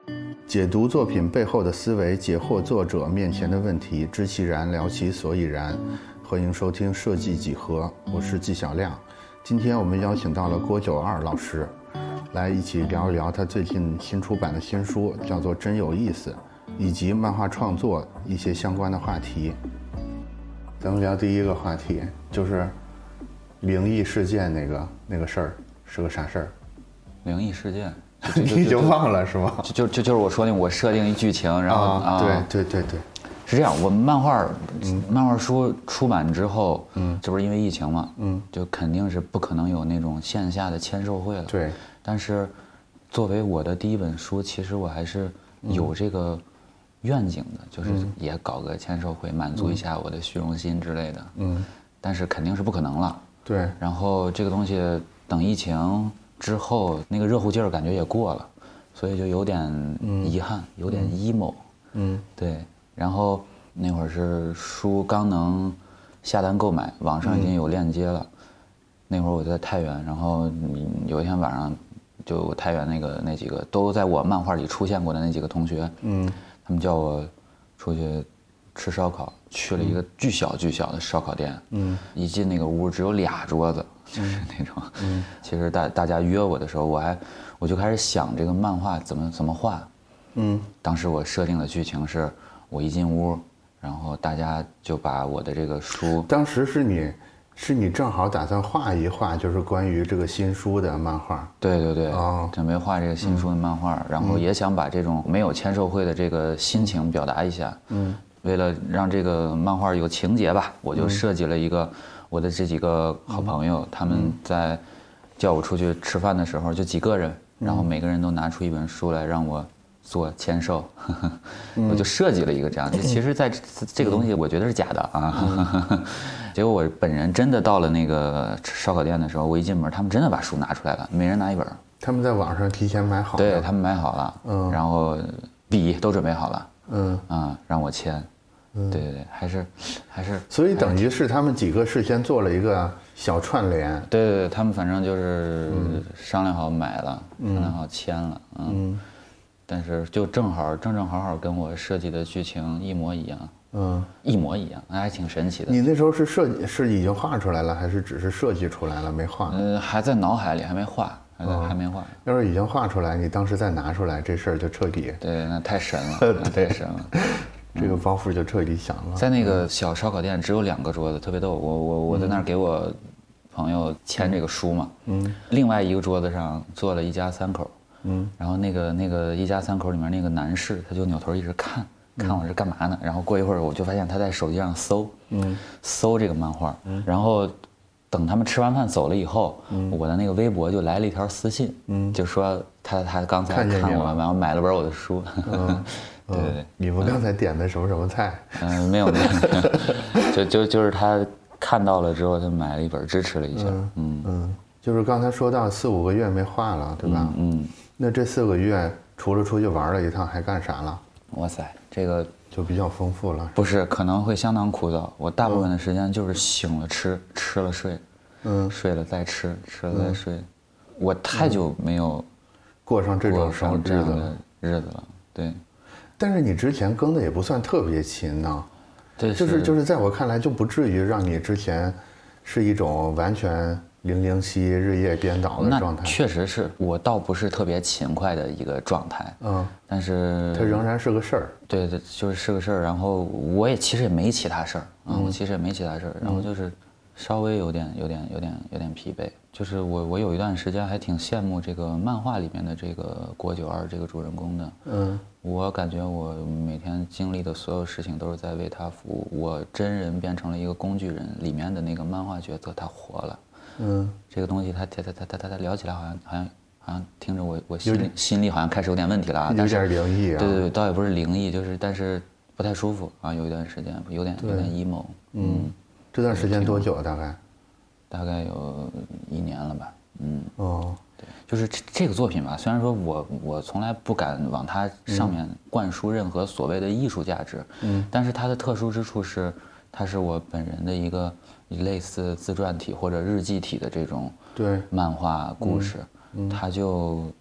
解读作品背后的思维，解惑作者面前的问题，知其然，聊其所以然。欢迎收听设计几何，我是纪晓亮。今天我们邀请到了郭92老师，来一起聊一聊他最近新出版的新书，叫做《真有意思》，以及漫画创作一些相关的话题。咱们聊第一个话题，就是灵异事件那个事儿是个啥事儿？ 灵异事件。 你已经忘了是吗？ 就是我说的，我设定一剧情，然后对， 是这样。我们漫画书出版之后，这不是因为疫情嘛，就肯定是不可能有那种线下的签售会了。 对。但是，作为我的第一本书，其实我还是有这个愿景的，就是也搞个签售会，满足一下我的虚荣心之类的。但是肯定是不可能了。 对。 然后这个东西等疫情之后，那个热乎劲儿感觉也过了，所以就有点遗憾，有点 emo。对。然后那会儿是书刚能下单购买，网上已经有链接了。那会儿我在太原，然后有一天晚上，就太原那几个都在我漫画里出现过的那几个同学，他们叫我出去吃烧烤，去了一个巨小的烧烤店。一进那个屋只有2桌子。就是那种，其实大家约我的时候，我就开始想这个漫画怎么画。当时我设定的剧情是，我一进屋，然后大家就把我的这个书。 当时是你正好打算画一画，就是关于这个新书的漫画。 对，准备画这个新书的漫画，然后也想把这种没有签售会的这个心情表达一下。为了让这个漫画有情节吧，我就设计了一个。我的这几个好朋友，他们在叫我出去吃饭的时候，就几个人，然后每个人都拿出一本书来让我做签售，我就设计了一个这样。其实，在这个东西，我觉得是假的啊。结果我本人真的到了那个烧烤店的时候，我一进门，他们真的把书拿出来了，每人拿一本。 他们在网上提前买好了。 对，他们买好了，然后笔都准备好了，让我签。对，还是， 所以等于是他们几个事先做了一个小串联。 对，他们反正就是商量好买了，商量好签了，但是就正好跟我设计的剧情一模一样，一模一样，还挺神奇的。 你那时候是已经画出来了，还是只是设计出来了没画？ 还在脑海里，还没画，还没画。 要是已经画出来，你当时再拿出来，这事儿就彻底。 对，那太神了，太神了。 这个包袱就彻底响了。 在那个小烧烤店只有2个桌子，特别逗。我在那儿给我朋友签这个书嘛，另外一个桌子上坐了一家3口，然后那个一家3口里面那个男士，他就扭头一直看我是干嘛呢？然后过一会儿我就发现他在手机上搜这个漫画，然后等他们吃完饭走了以后，我的那个微博就来了一条私信，就说他刚才看我，然后买了本我的书。对， 你们刚才点的什么菜？ 没有，就是他看到了之后，他买了一本支持了一下。 就是刚才说到4、5个月没画了，对吧？那这4个月除了出去玩了一趟，还干啥了？ 哇塞，这个就比较丰富了。 不是，可能会相当枯燥。我大部分的时间就是醒了吃，吃了睡，睡了再吃，吃了再睡。我太久没有过上这种日子了。对。 但是你之前更的也不算特别勤呢， 对， 就是在我看来就不至于让你之前是一种完全零零七日夜颠倒的状态。 那确实是我倒不是特别勤快的一个状态，但是它仍然是个事儿。 对，就是个事儿。然后我也其实也没其他事儿我其实也没其他事儿，然后就是稍微有点疲惫。就是我有一段时间还挺羡慕这个漫画里面的这个郭92这个主人公的。我感觉我每天经历的所有事情都是在为他服务。我真人变成了一个工具人，里面的那个漫画角色他活了。这个东西他聊起来好像听着我心里好像开始有点问题了啊。 有点灵异啊。 对，倒也不是灵异，就是但是不太舒服啊，有一段时间有点 emo。 这段时间多久大概？ 大概有1年了吧。对，就是这个作品吧，虽然说我从来不敢往它上面灌输任何所谓的艺术价值，但是它的特殊之处是，它是我本人的一个类似自传体或者日记体的这种漫画故事，它就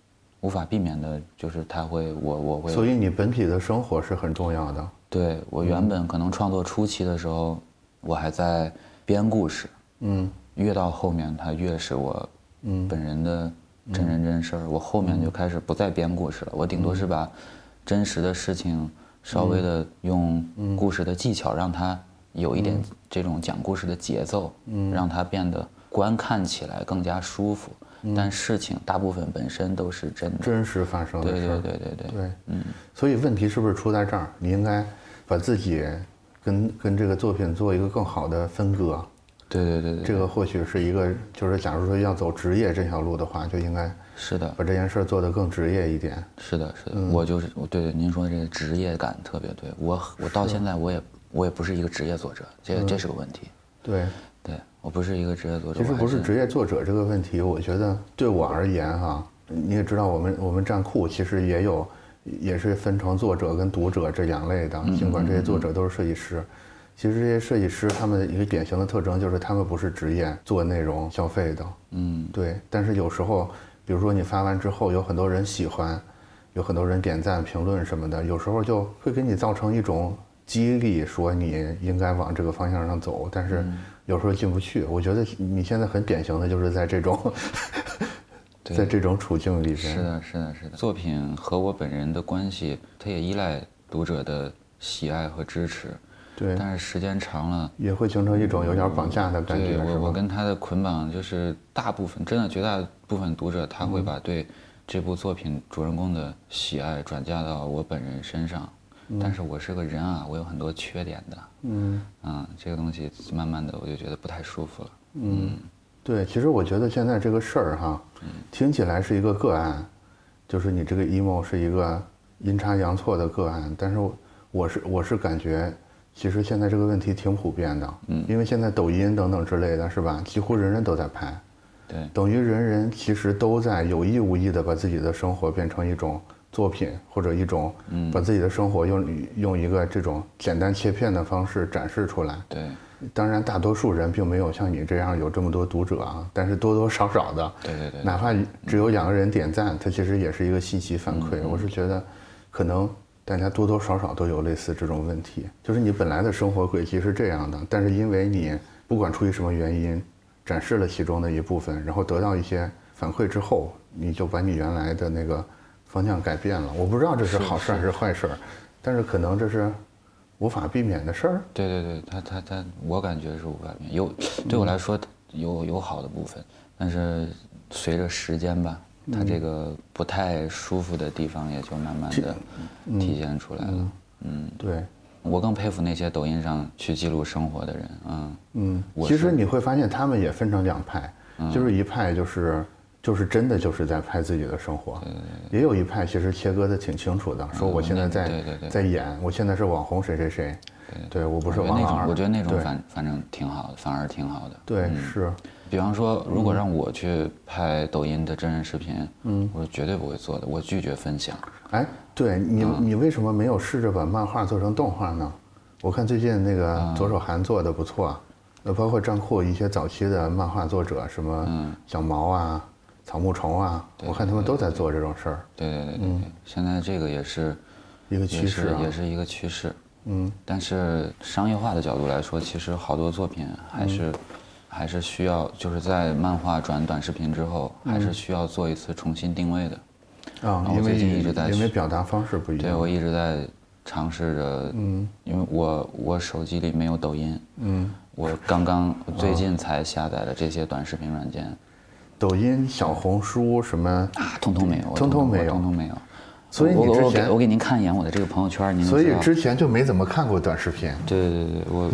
无法避免的，就是他会我会。 所以你本体的生活是很重要的。 对，我原本可能创作初期的时候，我还在编故事，越到后面它越是我本人的真人真事儿，我后面就开始不再编故事了，我顶多是把真实的事情稍微的用故事的技巧让它有一点这种讲故事的节奏，让它变得观看起来更加舒服。但事情大部分本身都是真实发生的事儿。 对， 所以问题是不是出在这儿？你应该把自己跟这个作品做一个更好的分割。 对， 这个或许是一个，就是假如说要走职业这条路的话，就应该是的， 把这件事做得更职业一点。 是的，我就是对您说的这个职业感特别对。我到现在我也不是一个职业作者，这是个问题。 对， 我不是一个职业作者。 其实不是职业作者这个问题，我觉得对我而言哈，你也知道我们站酷其实也是分成作者跟读者这两类的，尽管这些作者都是设计师。其实这些设计师他们的一个典型的特征就是他们不是职业做内容消费的，对。但是有时候，比如说你发完之后有很多人喜欢，有很多人点赞、评论什么的，有时候就会给你造成一种激励，说你应该往这个方向上走，但是有时候进不去。我觉得你现在很典型的就是在这种在这种处境里边。 是的。作品和我本人的关系，它也依赖读者的喜爱和支持。 对， 但是时间长了也会形成一种有点绑架的感觉。 对，我跟他的捆绑就是大部分，真的绝大部分读者他会把对这部作品主人公的喜爱转嫁到我本人身上。但是我是个人啊，我有很多缺点的。这个东西慢慢的我就觉得不太舒服了。 对，其实我觉得现在这个事儿哈，听起来是一个个案，就是你这个 emo 是一个阴差阳错的个案，但是我是感觉。其实现在这个问题挺普遍的，因为现在抖音等等之类的是吧，几乎人人都在拍， 对， 等于人人其实都在有意无意的把自己的生活变成一种作品，或者一种把自己的生活用一个这种简单切片的方式展示出来。 对， 当然大多数人并没有像你这样有这么多读者啊，但是多多少少的， 对， 哪怕只有2个人点赞，它其实也是一个信息反馈。我是觉得可能大家多多少少都有类似这种问题，就是你本来的生活轨迹是这样的，但是因为你不管出于什么原因展示了其中的一部分，然后得到一些反馈之后，你就把你原来的那个方向改变了。我不知道这是好事还是坏事，但是可能这是无法避免的事儿。 对，他，我感觉是无法避免。对我来说有好的部分，但是随着时间吧。他这个不太舒服的地方也就慢慢的体现出来了。 对， 我更佩服那些抖音上去记录生活的人。 其实你会发现他们也分成2派，就是一派就是真的就是在拍自己的生活，也有一派其实切割的挺清楚的，说我现在在演，我现在是网红谁谁谁，对我不是王老二。 我觉得那种反正挺好的，反而挺好的。 对，是。 比方说，如果让我去拍抖音的真人视频，我是绝对不会做的，我拒绝分享。 哎，对你为什么没有试着把漫画做成动画呢？我看最近那个左手韩做的不错，包括站酷一些早期的漫画作者，什么小毛啊、草木虫啊，我看他们都在做这种事儿。 对，现在这个也是一个趋势， 也是一个趋势。但是商业化的角度来说，其实好多作品还是需要，就是在漫画转短视频之后，还是需要做一次重新定位的。 因为表达方式不一样。 对，我一直在尝试着，因为我手机里没有抖音，我最近才下载了这些短视频软件。 抖音、小红书什么通通没有， 通通没有。所以你之前我给您看一眼我的这个朋友圈，您所以之前就没怎么看过短视频。 对，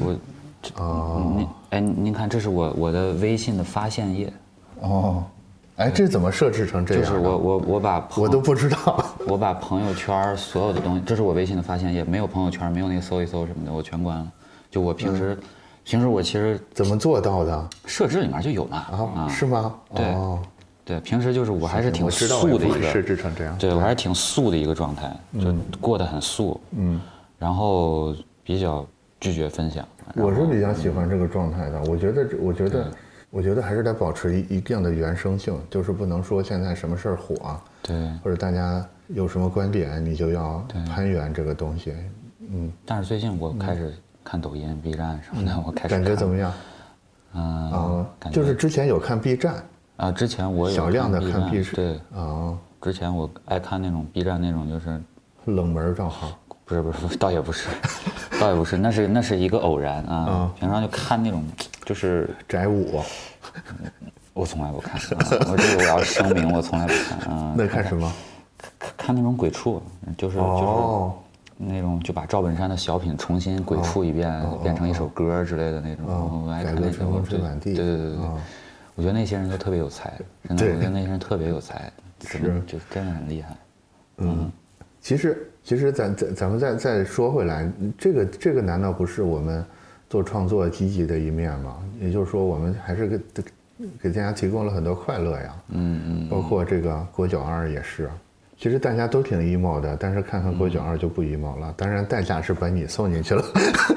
您看，这是我的微信的发现页。 这怎么设置成这样？ 就是我都不知道。 我把朋友圈所有的东西，这是我微信的发现页，没有朋友圈，没有那个搜一搜什么的，我全关了。就我平时我其实怎么做到的？ 设置里面就有嘛。 是吗？ 对，平时就是我还是挺素的一个设置成这样。 对，我还是挺素的一个状态，就过得很素。然后比较拒绝分享。 我是比较喜欢这个状态的。我觉得我觉得还是得保持一定的原生性，就是不能说现在什么事儿火， 对， 或者大家有什么观点，你就要攀援这个东西。 但是最近我开始看抖音、B 站什么的，我开始感觉怎么样？就是之前有看 B 站啊，之前我有小量的看 B 站， 对之前我爱看那种 B 站那种就是冷门账号， 不是，倒也不是，那是一个偶然啊。平常就看那种就是宅舞， 我从来不看，我这个我要声明，我从来不看啊。 那看什么？ 看那种鬼畜，就是那种就把赵本山的小品重新鬼畜一遍，变成一首歌之类的那种。我爱看那种。对，我觉得那些人都特别有才，真的，我觉得那些人特别有才，就真的很厉害。 其实咱们再说回来，这个难道不是我们做创作积极的一面吗？也就是说，我们还是给大家提供了很多快乐呀。包括这个国九二也是。其实大家都挺 emo 的，但是看看国九二就不 emo 了。当然代价是把你送进去了，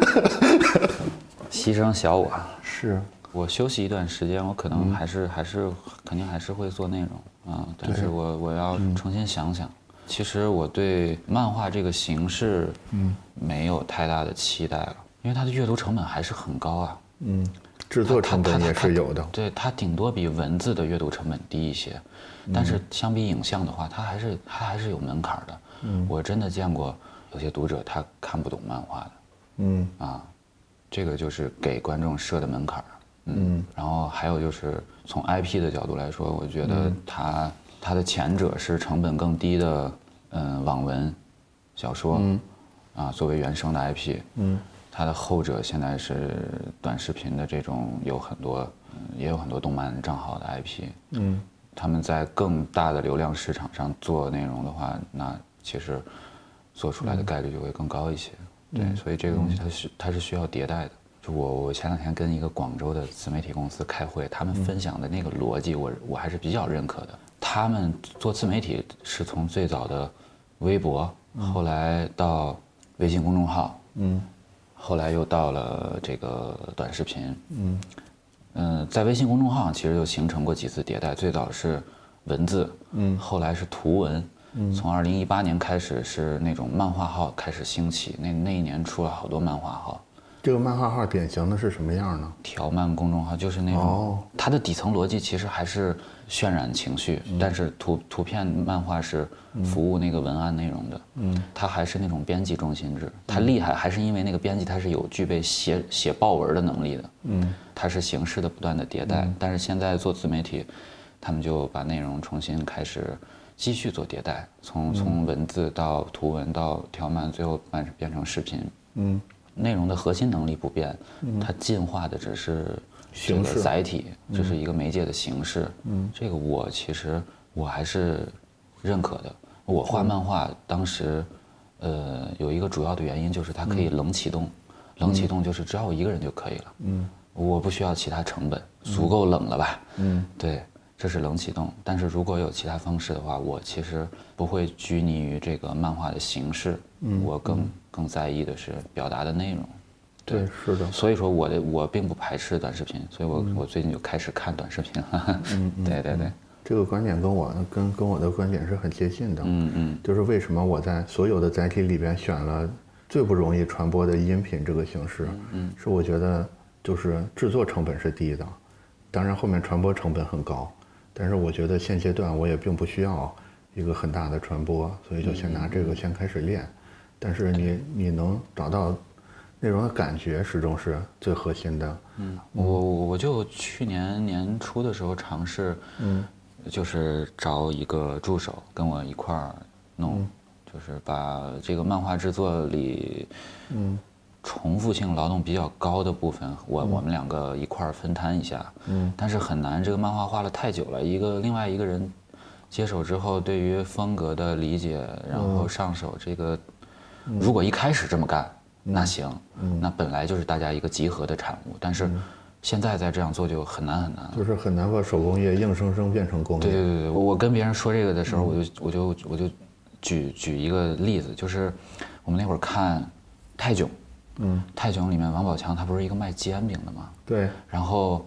牺牲小我。 是我休息一段时间，我可能肯定还是会做内容啊，但是我要重新想想。其实我对漫画这个形式没有太大的期待了，因为它的阅读成本还是很高啊。 制作成本也是有的。 对，它顶多比文字的阅读成本低一些，但是相比影像的话，它还是有门槛的。我真的见过有些读者他看不懂漫画的。这个就是给观众设的门槛。然后还有就是从 IP 的角度来说，我觉得它的前者是成本更低的，网文小说，作为原生的 IP。它的后者现在是短视频的这种也有很多动漫账号的 IP。他们在更大的流量市场上做内容的话，那其实做出来的概率就会更高一些。对，所以这个东西它是需要迭代的。就我前两天跟一个广州的自媒体公司开会，他们分享的那个逻辑我还是比较认可的。他们做自媒体是从最早的微博，后来到微信公众号，后来又到了这个短视频。在微信公众号上其实就形成过几次迭代，最早是文字，后来是图文。从2018年开始是那种漫画号开始兴起，那一年出了好多漫画号。 这个漫画号典型的是什么样呢？ 条漫公众号就是那种，它的底层逻辑其实还是渲染情绪，但是图片漫画是服务那个文案内容的。它还是那种编辑中心制。它厉害还是因为那个编辑他是有具备写爆文的能力的。它是形式的不断的迭代。但是现在做自媒体，他们就把内容重新开始继续做迭代，从文字到图文到条漫，最后变成视频。内容的核心能力不变，它进化的只是这个载体，这是一个媒介的形式。这个其实我还是认可的。我画漫画当时，有一个主要的原因就是它可以冷启动，冷启动就是只要我一个人就可以了。我不需要其他成本，足够冷了吧？对，这是冷启动。但是如果有其他方式的话，我其实不会拘泥于这个漫画的形式，我更在意的是表达的内容。 对，是的。 所以说我并不排斥短视频，所以我最近就开始看短视频了。对。 这个观点跟我的观点是很接近的。就是为什么我在所有的载体里边选了最不容易传播的音频这个形式，是我觉得就是制作成本是低的，当然后面传播成本很高，但是我觉得现阶段我也并不需要一个很大的传播，所以就先拿这个先开始练。但是你能找到内容的感觉，始终是最核心的。 我就去年年初的时候尝试，就是找一个助手跟我一块儿弄，就是把这个漫画制作里，重复性劳动比较高的部分，我们两个一块儿分摊一下。但是很难，这个漫画画了太久了，另外一个人接手之后，对于风格的理解，然后上手这个。如果一开始这么干，那行，那本来就是大家一个集合的产物。但是现在再这样做就很难很难了， 就是很难把手工业硬生生变成工业。 对，我跟别人说这个的时候，我就举一个例子，就是我们那会儿看泰囧，泰囧里面王宝强他不是一个卖煎饼的吗？ 对。 然后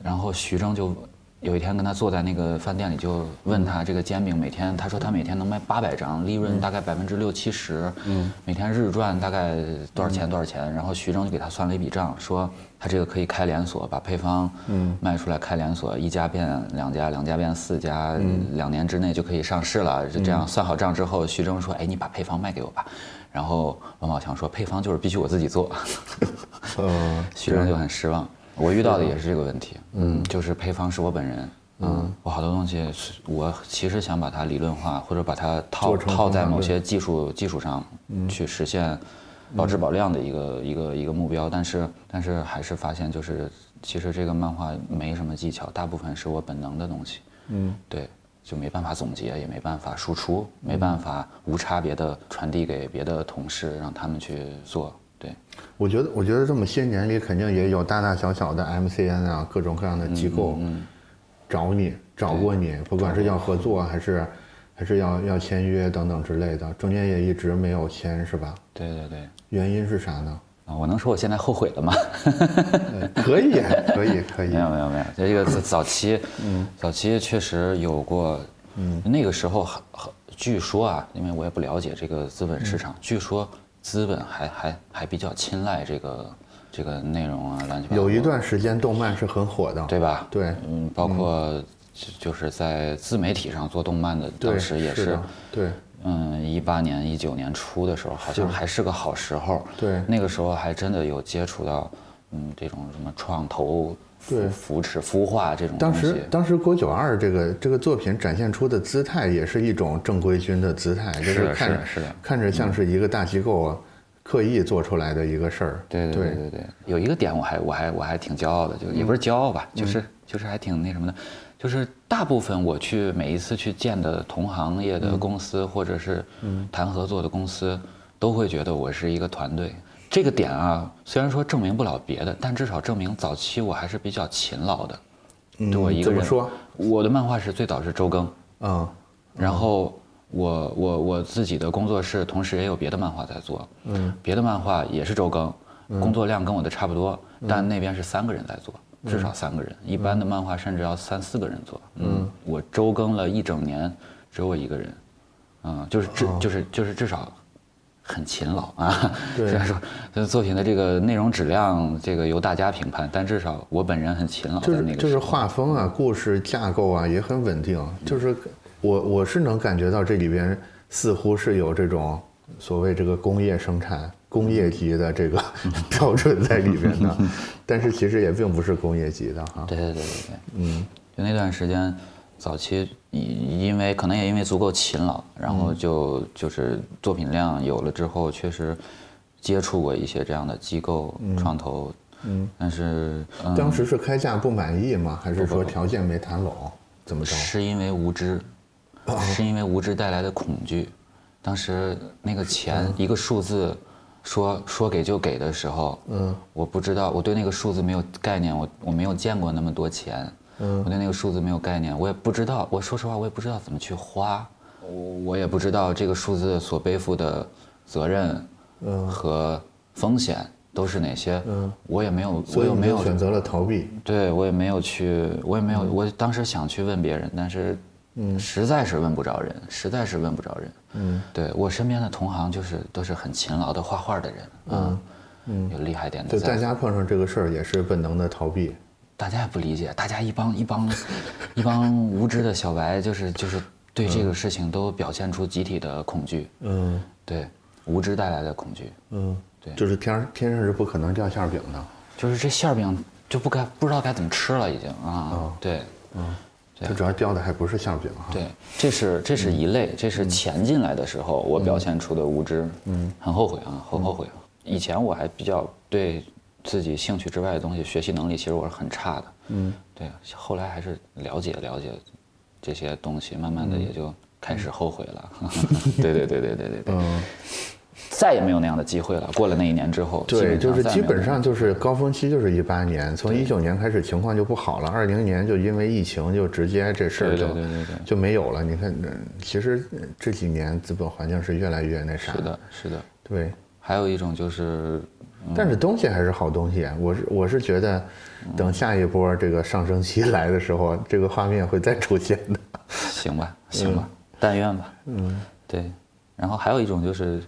然后徐峥就有一天跟他坐在那个饭店里，就问他这个煎饼每天，他说他每天能卖800张，利润大概60%-70%，每天日赚大概多少钱多少钱。然后徐峥就给他算了一笔账，说他这个可以开连锁，把配方卖出来开连锁，1家变2家，2家变4家，2年之内就可以上市了。就这样算好账之后，徐峥说：“哎，你把配方卖给我吧。”然后王宝强说：“配方就是必须我自己做。”徐峥就很失望。我遇到的也是这个问题，就是配方是我本人，我好多东西是我其实想把它理论化，或者把它套在某些基础上，去实现保质保量的一个目标，但是还是发现就是其实这个漫画没什么技巧，大部分是我本能的东西，对，就没办法总结，也没办法输出，没办法无差别的传递给别的同事，让他们去做。对， 我觉得这么些年里，肯定也有大大小小的 MCN 啊，各种各样的机构找过你，不管是要合作还是要签约等等之类的，中间也一直没有签，是吧？ 对， 原因是啥呢？ 我能说我现在后悔了吗？ 可以。 没有，这个早期确实有过，那个时候据说啊，因为我也不了解这个资本市场，据说资本还比较青睐这个内容啊，乱七八糟。 有一段时间动漫是很火的， 对吧？ 对， 包括就是在自媒体上做动漫的，当时也是， 对 ，18年、19年初的时候，好像还是个好时候。 对， 那个时候还真的有接触到，这种什么创投、扶持、孵化这种东西。 当时郭9·2这个作品展现出的姿态，也是一种正规军的姿态，就是看着像是一个大机构刻意做出来的一个事儿。 对，有一个点我还挺骄傲的，就也不是骄傲吧，就是还挺那什么的。就是大部分我每一次去见的同行业的公司，或者是谈合作的公司，都会觉得我是一个团队。这个点啊，虽然说证明不了别的，但至少证明早期我还是比较勤劳的。对我一个人， 怎么说？ 我的漫画是最早是周更，然后我自己的工作室同时也有别的漫画在做，别的漫画也是周更，工作量跟我的差不多，但那边是3个人在做。至少3个人，一般的漫画甚至要3、4个人做。我周更了1整年，只有我一个人，就是至少很勤劳啊。虽然说作品的这个内容质量，这个由大家评判，但至少我本人很勤劳。 就是画风啊，故事架构啊也很稳定。就是我是能感觉到这里边似乎是有这种所谓这个工业生产。工业级的这个标准在里边的，但是其实也并不是工业级的哈。 对，就那段时间，早期可能也因为足够勤劳，然后就是作品量有了之后，确实接触过一些这样的机构创投，但是当时是开价不满意吗？还是说条件没谈拢？怎么着？ 是因为无知，是因为无知带来的恐惧。当时那个钱一个数字。说给就给的时候，我不知道，我对那个数字没有概念，我没有见过那么多钱，我对那个数字没有概念，我也不知道，我说实话，我也不知道怎么去花，我也不知道这个数字所背负的责任和风险都是哪些，我也没有， 所以我没有选择了逃避， 对我也没有，我当时想去问别人，但是实在是问不着人，对我身边的同行都是很勤劳的画画的人，有厉害点的。 就大家碰上这个事儿也是本能的逃避， 大家也不理解，大家一帮无知的小白，就是对这个事情都表现出集体的恐惧，对，无知带来的恐惧，对， 就是天上是不可能掉馅饼的， 就是这馅饼就不知道该怎么吃了已经啊，对， 它主要掉的还不是馅饼哈。 对，这是一类，这是钱进来的时候我表现出的无知，很后悔啊，很后悔。以前我还比较对自己兴趣之外的东西，学习能力其实我是很差的，对，后来还是了解这些东西，慢慢的也就开始后悔了。对，再也没有那样的机会了。过了那1年之后， 对，就是基本上就是高峰期就是18年，从19年开始情况就不好了，20年就因为疫情就直接这事儿就没有了。你看，其实这几年资本环境是越来越那啥。 是的， 对。 还有一种就是但是东西还是好东西。我是觉得，等下一波这个上升期来的时候，这个画面会再出现的。 行吧，但愿吧。对。然后还有一种就是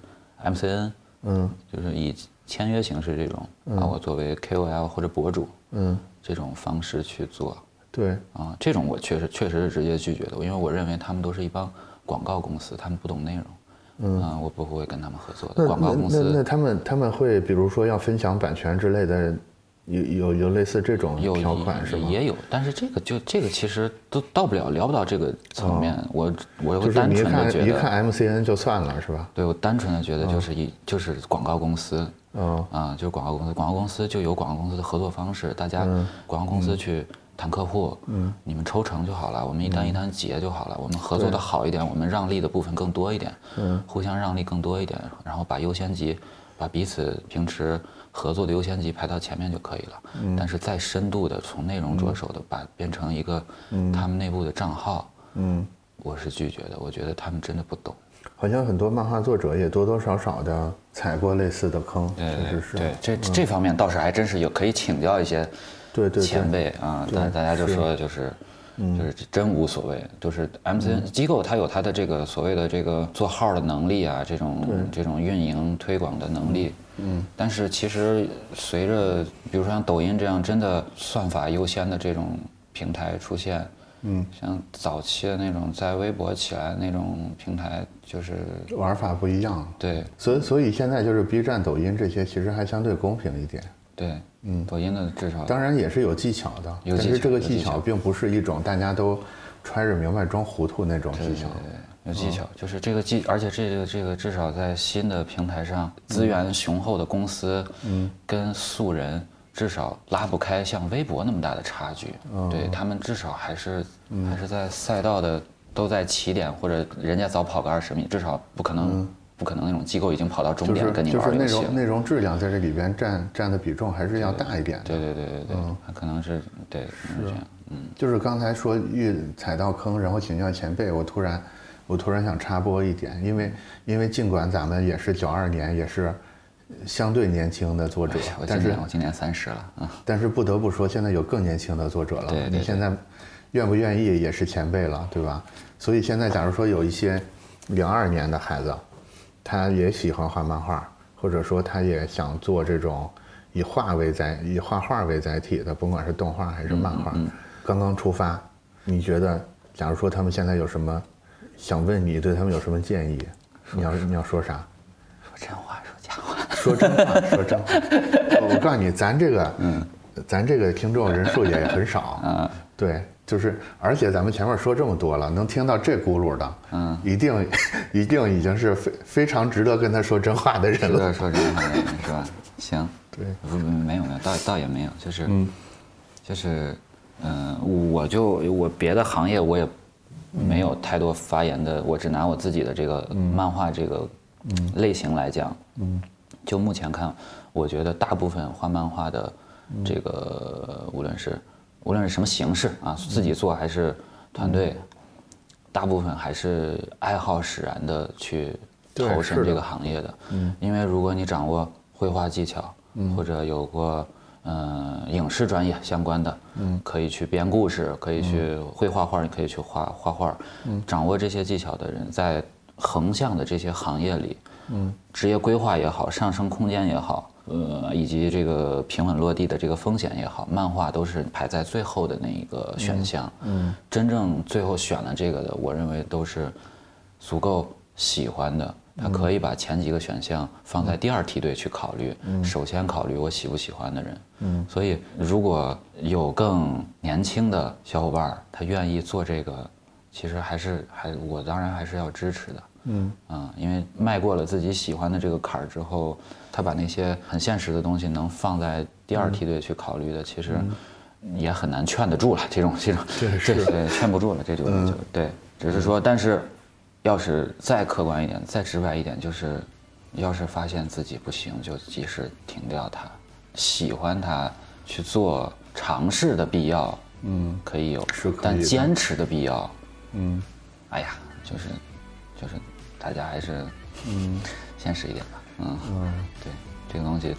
MCN，就是以签约形式这种，把我作为 KOL 或者博主，这种方式去做。 对啊，这种我确实是直接拒绝的，因为我认为他们都是一帮广告公司，他们不懂内容，我不会跟他们合作的。广告公司那他们会比如说要分享版权之类的，有类似这种条款是吗？ 也有，但是这个其实都聊不到这个层面。我单纯的觉得， 一看 MCN 就算了是吧？ 对，我单纯的觉得就是广告公司。就是广告公司就有广告公司的合作方式，大家广告公司去谈客户，你们抽成就好了，我们一单一单结就好了，我们合作的好一点，我们让利的部分更多一点，互相让利更多一点，然后把优先级，把彼此平时合作的优先级排到前面就可以了。但是再深度的从内容着手的变成一个他们内部的账号，我是拒绝的，我觉得他们真的不懂。 好像很多漫画作者也多多少少的踩过类似的坑，确实是。 对，这方面倒是还真是有可以请教一些前辈啊。大家就说就是真无所谓，就是 MCN 机构它有它的这个所谓的这个做号的能力啊，这种运营推广的能力。但是其实随着比如说像抖音这样真的算法优先的这种平台出现。像早期的那种在微博起来的那种平台，就是玩法不一样。 对， 所以现在就是 B 站、抖音这些其实还相对公平一点。 对，抖音的至少当然也是有技巧的，但是这个技巧并不是一种大家都揣着明白装糊涂那种技巧。 对，有技巧，就是这个而且这个至少在新的平台上，资源雄厚的公司，跟素人。至少拉不开像微博那么大的差距，对他们至少还是在赛道的都在起点，或者人家早跑个20米，至少不可能那种机构已经跑到终点跟你玩游戏了。 就是内容质量在这里边占的比重还是要大一点的。 对，可能是对是这样。 就是刚才说踩到坑，然后请教前辈，我突然想插播一点，因为尽管咱们也是92年，也是。相对年轻的作者，但是我今年30了， 但是不得不说，现在有更年轻的作者了。 对， 你现在愿不愿意也是前辈了，对吧？所以现在假如说有一些02年的孩子，他也喜欢画漫画，或者说他也想做这种以画画为载体的，甭管是动画还是漫画，刚刚出发，你觉得，假如说他们现在有什么想问你，对他们有什么建议？你要说啥？ 说真话，说假话。 说真话，说真话。我告诉你，咱这个听众人数也很少，对，就是而且咱们前面说这么多了，能听到这轱辘的，一定已经是非常值得跟他说真话的人了。 值得说真话的人是吧？行， 对， 没有，倒也没有，我别的行业我也没有太多发言的，我只拿我自己的这个漫画这个类型来讲，就目前看，我觉得大部分画漫画的这个无论是什么形式啊，自己做还是团队，大部分还是爱好使然的去投身这个行业的。因为如果你掌握绘画技巧，或者有过影视专业相关的，可以去编故事，可以去会画画，你可以去画画。掌握这些技巧的人，在横向的这些行业里。职业规划也好，上升空间也好，以及这个平稳落地的这个风险也好，漫画都是排在最后的那一个选项。真正最后选了这个的，我认为都是足够喜欢的，他可以把前几个选项放在第2梯队去考虑，首先考虑我喜不喜欢的人。所以如果有更年轻的小伙伴，他愿意做这个，其实我当然还是要支持的。因为迈过了自己喜欢的这个坎儿之后，他把那些很现实的东西能放在第2梯队去考虑的，其实也很难劝得住了。这种对劝不住了，这就对。只是说，但是要是再客观一点，再直白一点，就是要是发现自己不行，就及时停掉它。喜欢它去做尝试的必要，可以有，但坚持的必要，哎呀，就是大家还是现实一点吧。对。 这个东西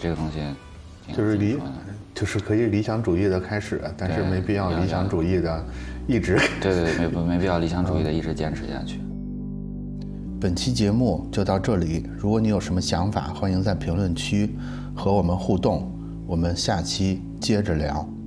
就是可以理想主义的开始，但是没必要理想主义的一直对，没必要理想主义的一直坚持下去。 本期节目就到这里，如果你有什么想法，欢迎在评论区和我们互动，我们下期接着聊。